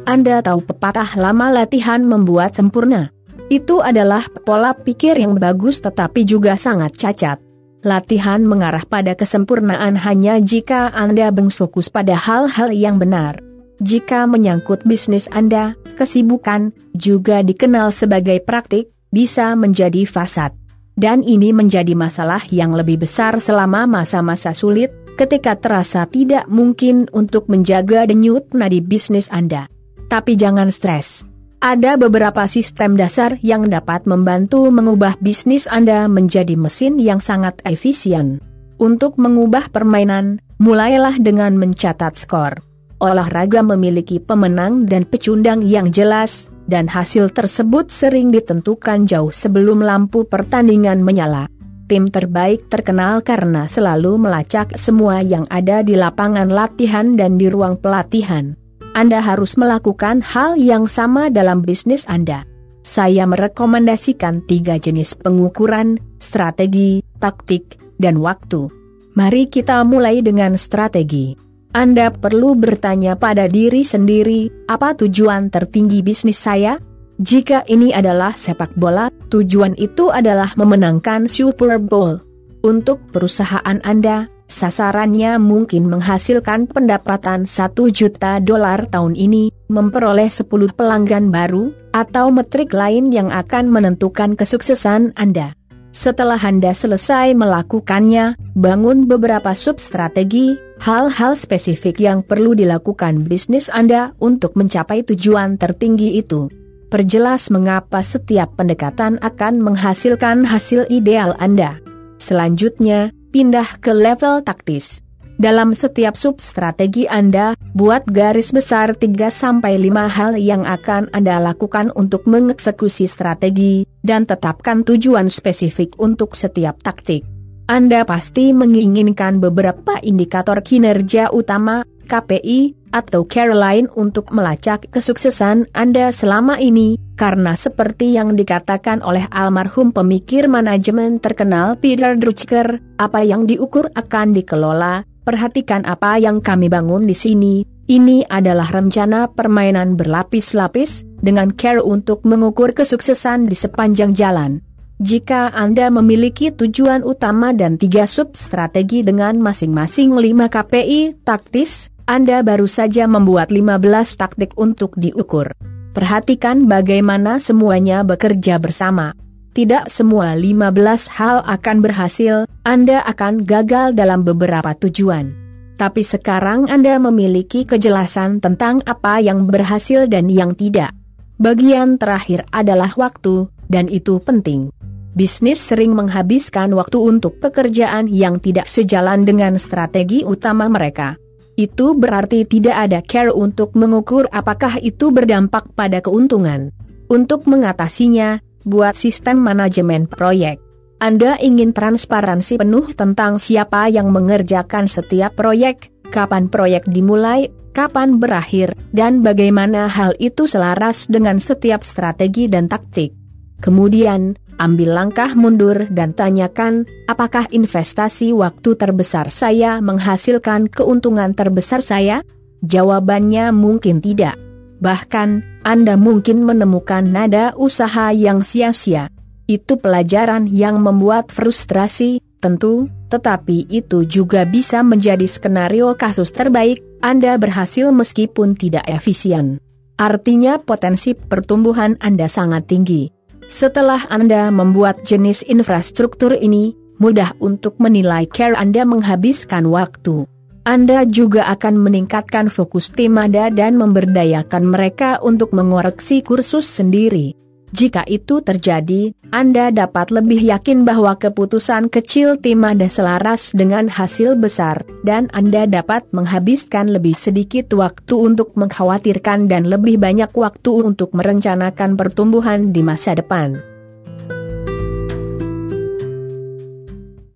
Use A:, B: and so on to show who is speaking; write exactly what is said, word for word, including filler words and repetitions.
A: Anda tahu pepatah lama latihan membuat sempurna. Itu adalah pola pikir yang bagus tetapi juga sangat cacat. Latihan mengarah pada kesempurnaan hanya jika Anda berfokus pada hal-hal yang benar. Jika menyangkut bisnis Anda, kesibukan, juga dikenal sebagai praktik, bisa menjadi fasad. Dan ini menjadi masalah yang lebih besar selama masa-masa sulit, ketika terasa tidak mungkin untuk menjaga denyut nadi bisnis Anda. Tapi jangan stres. Ada beberapa sistem dasar yang dapat membantu mengubah bisnis Anda menjadi mesin yang sangat efisien. Untuk mengubah permainan, mulailah dengan mencatat skor. Olahraga memiliki pemenang dan pecundang yang jelas, dan hasil tersebut sering ditentukan jauh sebelum lampu pertandingan menyala. Tim terbaik terkenal karena selalu melacak semua yang ada di lapangan latihan dan di ruang pelatihan. Anda harus melakukan hal yang sama dalam bisnis Anda. Saya merekomendasikan tiga jenis pengukuran: strategi, taktik, dan waktu. Mari kita mulai dengan strategi. Anda perlu bertanya pada diri sendiri, apa tujuan tertinggi bisnis saya? Jika ini adalah sepak bola, tujuan itu adalah memenangkan Super Bowl. Untuk perusahaan Anda, sasarannya mungkin menghasilkan pendapatan satu juta dolar tahun ini, memperoleh sepuluh pelanggan baru, atau metrik lain yang akan menentukan kesuksesan Anda. Setelah Anda selesai melakukannya, bangun beberapa sub-strategi, hal-hal spesifik yang perlu dilakukan bisnis Anda untuk mencapai tujuan tertinggi itu. Perjelas mengapa setiap pendekatan akan menghasilkan hasil ideal Anda. Selanjutnya, pindah ke level taktis. Dalam setiap sub-strategi Anda, buat garis besar tiga sampai lima hal yang akan Anda lakukan untuk mengeksekusi strategi, dan tetapkan tujuan spesifik untuk setiap taktik. Anda pasti menginginkan beberapa indikator kinerja utama, K P I, atau Caroline untuk melacak kesuksesan Anda selama ini, karena seperti yang dikatakan oleh almarhum pemikir manajemen terkenal Peter Drucker, apa yang diukur akan dikelola. Perhatikan apa yang kami bangun di sini. Ini adalah rencana permainan berlapis-lapis, dengan care untuk mengukur kesuksesan di sepanjang jalan. Jika Anda memiliki tujuan utama dan tiga sub-strategi dengan masing-masing lima K P I taktis, Anda baru saja membuat lima belas taktik untuk diukur. Perhatikan bagaimana semuanya bekerja bersama. Tidak semua lima belas hal akan berhasil, Anda akan gagal dalam beberapa tujuan. Tapi sekarang Anda memiliki kejelasan tentang apa yang berhasil dan yang tidak. Bagian terakhir adalah waktu, dan itu penting. Bisnis sering menghabiskan waktu untuk pekerjaan yang tidak sejalan dengan strategi utama mereka. Itu berarti tidak ada care untuk mengukur apakah itu berdampak pada keuntungan. Untuk mengatasinya, buat sistem manajemen proyek. Anda ingin transparansi penuh tentang siapa yang mengerjakan setiap proyek, kapan proyek dimulai, kapan berakhir, dan bagaimana hal itu selaras dengan setiap strategi dan taktik. Kemudian, ambil langkah mundur dan tanyakan, apakah investasi waktu terbesar saya menghasilkan keuntungan terbesar saya? Jawabannya mungkin tidak. Bahkan, Anda mungkin menemukan nada usaha yang sia-sia. Itu pelajaran yang membuat frustrasi, tentu, tetapi itu juga bisa menjadi skenario kasus terbaik, Anda berhasil meskipun tidak efisien. Artinya potensi pertumbuhan Anda sangat tinggi. Setelah Anda membuat jenis infrastruktur ini, mudah untuk menilai care Anda menghabiskan waktu. Anda juga akan meningkatkan fokus tim Anda dan memberdayakan mereka untuk mengoreksi kursus sendiri. Jika itu terjadi, Anda dapat lebih yakin bahwa keputusan kecil tim Anda selaras dengan hasil besar, dan Anda dapat menghabiskan lebih sedikit waktu untuk mengkhawatirkan dan lebih banyak waktu untuk merencanakan pertumbuhan di masa depan.